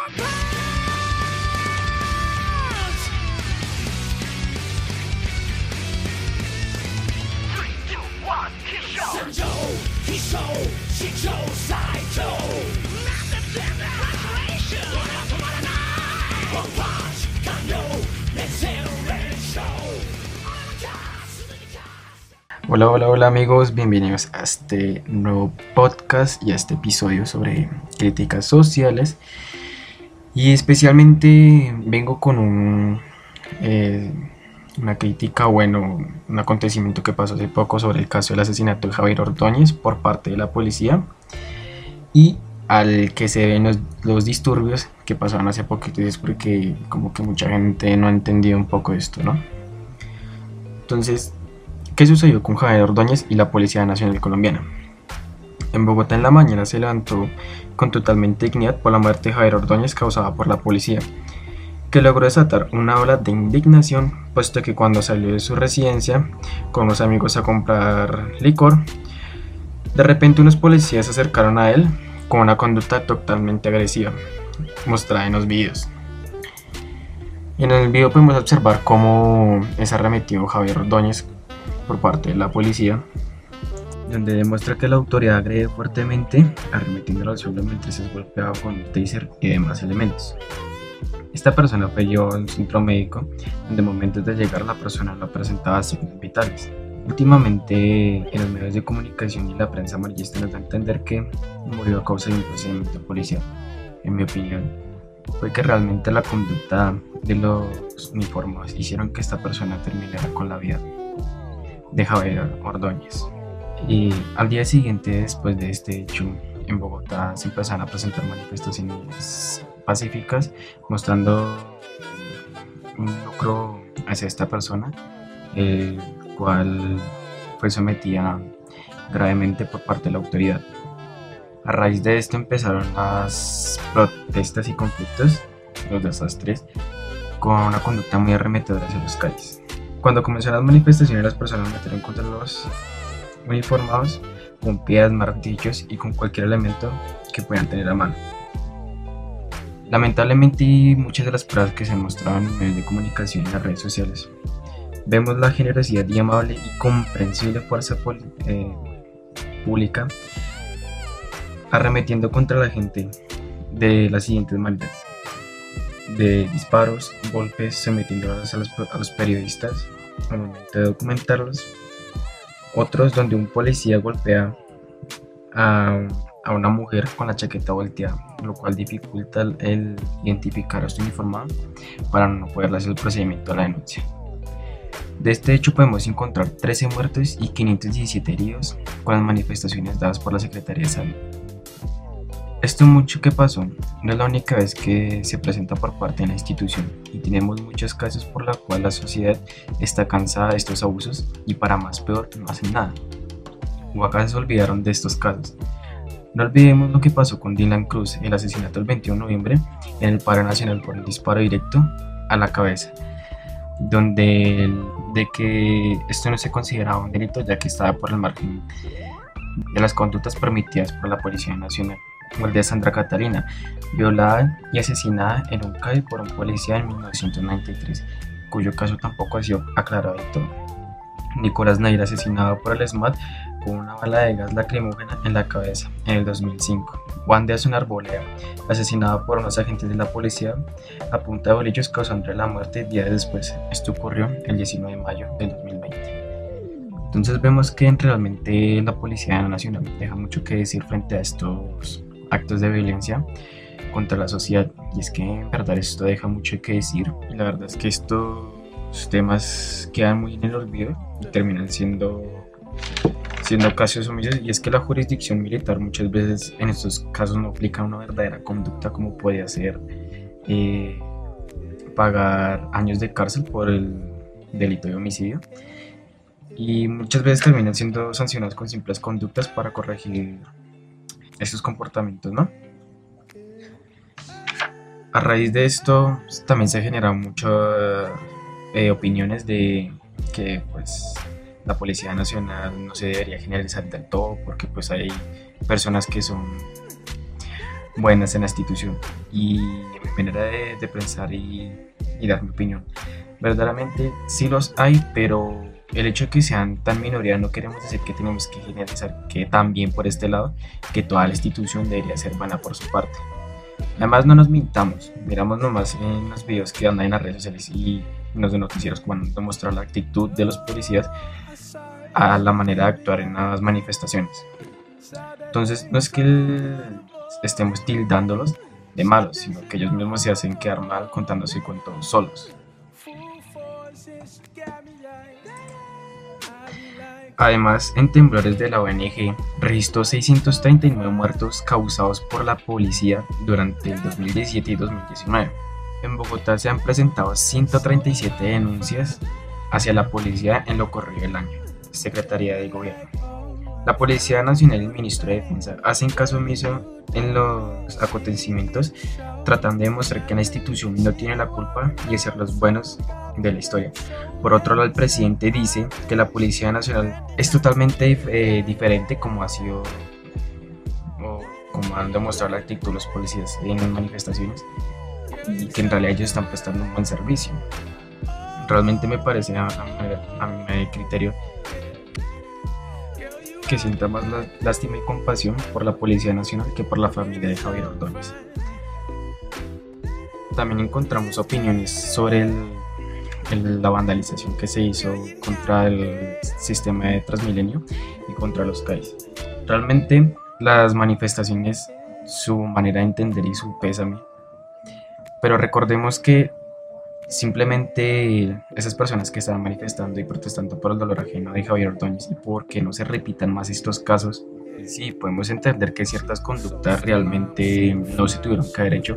Hola, hola, hola amigos, bienvenidos a este nuevo podcast y a este episodio sobre críticas sociales. Y especialmente vengo con una crítica, un acontecimiento que pasó hace poco sobre el caso del asesinato de Javier Ordóñez por parte de la policía y al que se ven los disturbios que pasaron hace poquito, y es porque como que mucha gente no ha entendido un poco esto, ¿no? Entonces, ¿qué sucedió con Javier Ordóñez y la Policía Nacional Colombiana? En Bogotá en la mañana se levantó con totalmente dignidad por la muerte de Javier Ordóñez causada por la policía, que logró desatar una ola de indignación, puesto que cuando salió de su residencia con unos amigos a comprar licor, de repente unos policías se acercaron a él con una conducta totalmente agresiva, mostrada en los videos. En el video podemos observar cómo es arremetido Javier Ordóñez por parte de la policía, donde demuestra que la autoridad agrede fuertemente, arremetiéndolo al suelo mientras es golpeado con un taser y demás elementos. Esta persona fue llevada a un centro médico, donde momentos de llegar la persona no presentaba signos vitales. Últimamente, en los medios de comunicación y la prensa amarillista nos da a entender que murió a causa de un procedimiento policial. En mi opinión, fue que realmente la conducta de los uniformados hicieron que esta persona terminara con la vida de Javier Ordóñez. Y al día siguiente, después de este hecho, en Bogotá se empezaron a presentar manifestaciones pacíficas mostrando un lucro hacia esta persona, el cual fue sometida gravemente por parte de la autoridad. A raíz de esto empezaron las protestas y conflictos, los desastres, con una conducta muy arremetedora hacia las calles. Cuando comenzaron las manifestaciones, las personas metieron contra los uniformados con piedras, martillos y con cualquier elemento que puedan tener a mano. Lamentablemente, y muchas de las pruebas que se mostraban en medios de comunicación y en las redes sociales, vemos la generosidad y amable y comprensible fuerza pública arremetiendo contra la gente de las siguientes maneras: de disparos, golpes, sometiéndolos a los periodistas al momento de documentarlos. Otros donde un policía golpea a una mujer con la chaqueta volteada, lo cual dificulta el identificar a este uniformado para no poderle hacer el procedimiento a la denuncia. De este hecho podemos encontrar 13 muertos y 517 heridos con las manifestaciones dadas por la Secretaría de Salud. Esto mucho que pasó no es la única vez que se presenta por parte de la institución, y tenemos muchos casos por los cuales la sociedad está cansada de estos abusos y, para más peor, no hacen nada. ¿O acaso se olvidaron de estos casos? No olvidemos lo que pasó con Dylan Cruz, el asesinato el 21 de noviembre en el paro nacional por un disparo directo a la cabeza, donde de que esto no se consideraba un delito, ya que estaba por el margen de las conductas permitidas por la Policía Nacional, como el de Sandra Catalina, violada y asesinada en un CAI por un policía en 1993, cuyo caso tampoco ha sido aclarado del todo. Nicolás Neira, asesinado por el SMAT con una bala de gas lacrimógena en la cabeza en el 2005. Juan de Azun Arboleda, asesinado por unos agentes de la policía a punta de bolillos, causando la muerte días después. Esto ocurrió el 19 de mayo del 2020. Entonces vemos que realmente la Policía Nacional deja mucho que decir frente a estos actos de violencia contra la sociedad, y es que en verdad esto deja mucho que decir, y la verdad es que estos temas quedan muy en el olvido y terminan siendo casos omisos, y es que la jurisdicción militar muchas veces en estos casos no aplica una verdadera conducta, como podría ser pagar años de cárcel por el delito de homicidio, y muchas veces terminan siendo sancionados con simples conductas para corregir estos comportamientos, ¿no? A raíz de esto también se generan muchas opiniones de que pues la Policía Nacional no se debería generalizar del todo, porque pues hay personas que son buenas en la institución y en mi manera de pensar y dar mi opinión. Verdaderamente sí los hay, pero el hecho de que sean tan minoría no queremos decir que tenemos que generalizar que también por este lado, que toda la institución debería ser buena por su parte. Además no nos mintamos, miramos nomás en los videos que andan en las redes sociales y en los de noticieros como han demostrado la actitud de los policías a la manera de actuar en las manifestaciones. Entonces no es que estemos tildándolos de malos, sino que ellos mismos se hacen quedar mal contándose cuentos solos. Además, en temblores de la ONG registró 639 muertos causados por la policía durante el 2017 y 2019. En Bogotá se han presentado 137 denuncias hacia la policía en lo corrido del año. Secretaría de Gobierno. La Policía Nacional y el Ministro de Defensa hacen caso omiso en los acontecimientos, tratando de demostrar que la institución no tiene la culpa y de ser los buenos de la historia. Por otro lado, el presidente dice que la Policía Nacional es totalmente diferente como ha sido o como han demostrado la actitud de los policías en las manifestaciones y que en realidad ellos están prestando un buen servicio. Realmente me parece a mi criterio que sienta más lástima y compasión por la Policía Nacional que por la familia de Javier Ordóñez. También encontramos opiniones sobre la vandalización que se hizo contra el sistema de Transmilenio y contra los CAIs. Realmente las manifestaciones, su manera de entender y su pésame, pero recordemos que simplemente esas personas que estaban manifestando y protestando por el dolor ajeno de Javier Ordóñez y por que no se repitan más estos casos, sí, podemos entender que ciertas conductas realmente no se tuvieron que haber hecho,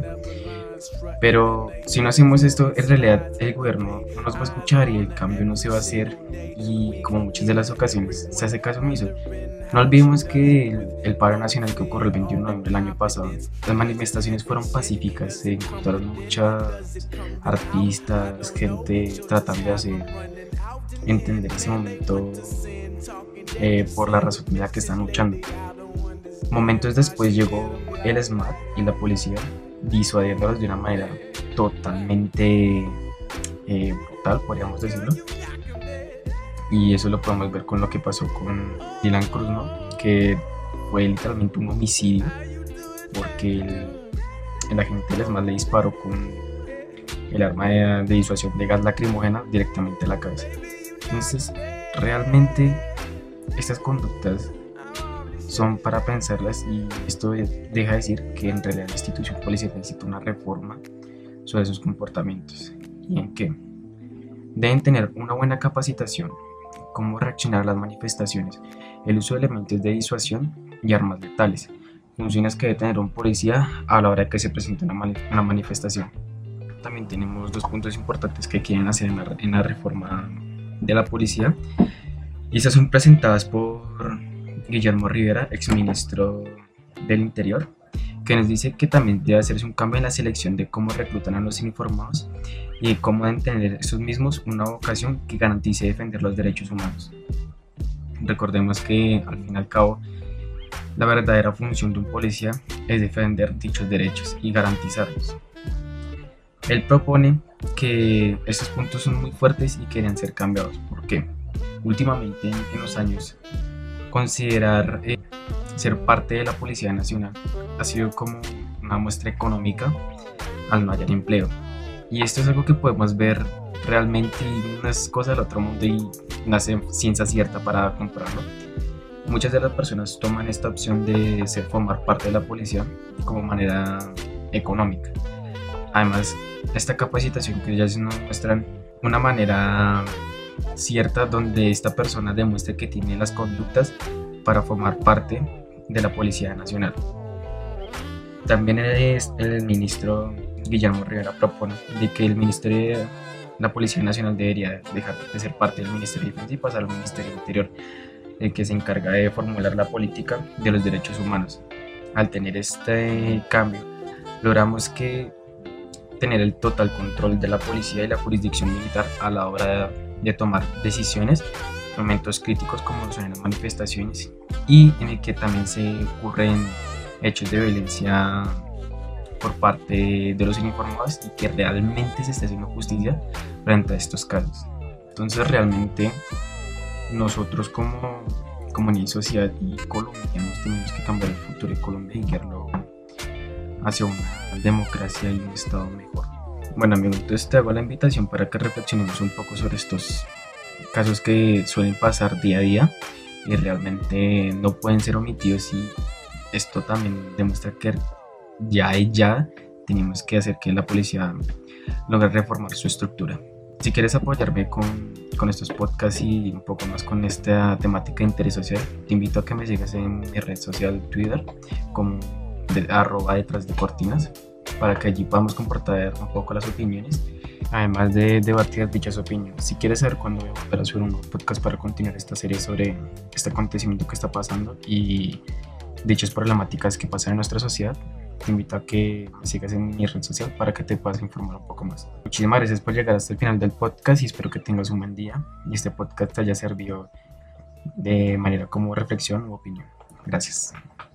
pero si no hacemos esto, en realidad el gobierno no nos va a escuchar y el cambio no se va a hacer y como muchas de las ocasiones se hace caso omiso. No olvidemos que el paro nacional que ocurrió el 21 de noviembre del año pasado, las manifestaciones fueron pacíficas, se encontraron muchas artistas, gente tratando de hacer entender ese momento por la razón de la que están luchando. Momentos después llegó el SMAT y la policía disuadiéndolos de una manera totalmente brutal, podríamos decirlo. Y eso lo podemos ver con lo que pasó con Dylan Cruz, ¿no? Que fue literalmente un homicidio porque el agente del SMAT le disparó con el arma de disuasión de gas lacrimógena directamente a la cabeza. Entonces, realmente estas conductas son para pensarlas y esto deja de decir que en realidad la institución policial necesita una reforma sobre sus comportamientos. ¿Y en qué? Deben tener una buena capacitación, cómo reaccionar a las manifestaciones, el uso de elementos de disuasión y armas letales, funciones que debe tener un policía a la hora de que se presente una manifestación. También tenemos dos puntos importantes que quieren hacer en la reforma de la policía y estas son presentadas por Guillermo Rivera, exministro del Interior, que nos dice que también debe hacerse un cambio en la selección de cómo reclutan a los uniformados y cómo deben tener esos mismos una vocación que garantice defender los derechos humanos. Recordemos que al fin y al cabo la verdadera función de un policía es defender dichos derechos y garantizarlos. Él propone que estos puntos son muy fuertes y que deben ser cambiados. ¿Por qué? Últimamente en los años considerar ser parte de la Policía Nacional ha sido como una muestra económica al no hallar empleo. Y esto es algo que podemos ver realmente y no es cosa del otro mundo y nace ciencia cierta para comprarlo. Muchas de las personas toman esta opción de formar parte de la policía como manera económica. Además, esta capacitación que ellas nos muestran una manera cierta donde esta persona demuestre que tiene las conductas para formar parte de la Policía Nacional. También el ministro Guillermo Rivera propone de que el Ministerio de la Policía Nacional debería dejar de ser parte del Ministerio de Defensa y pasar al Ministerio del Interior, el que se encarga de formular la política de los derechos humanos. Al tener este cambio, logramos que tener el total control de la policía y la jurisdicción militar a la hora de tomar decisiones en momentos críticos como son en las manifestaciones y en el que también se ocurren hechos de violencia por parte de los informados y que realmente se esté haciendo justicia frente a estos casos. Entonces realmente nosotros como comunidad, sociedad y colombianos tenemos que cambiar el futuro de Colombia y guiarlo hacia una democracia y un estado mejor. Bueno amigo, entonces te hago la invitación para que reflexionemos un poco sobre estos casos que suelen pasar día a día y realmente no pueden ser omitidos, y esto también demuestra que ya tenemos que hacer que la policía logre reformar su estructura. Si quieres apoyarme con estos podcasts y un poco más con esta temática de interés social, te invito a que me sigas en mi red social Twitter como @detrás de cortinas, para que allí podamos compartir un poco las opiniones, además de debatir dichas opiniones. Si quieres saber cuándo voy a volver a subir un nuevo podcast para continuar esta serie sobre este acontecimiento que está pasando y dichas problemáticas que pasan en nuestra sociedad, te invito a que me sigas en mi red social para que te puedas informar un poco más. Muchísimas gracias por llegar hasta el final del podcast y espero que tengas un buen día y este podcast te haya servido de manera como reflexión u opinión. Gracias.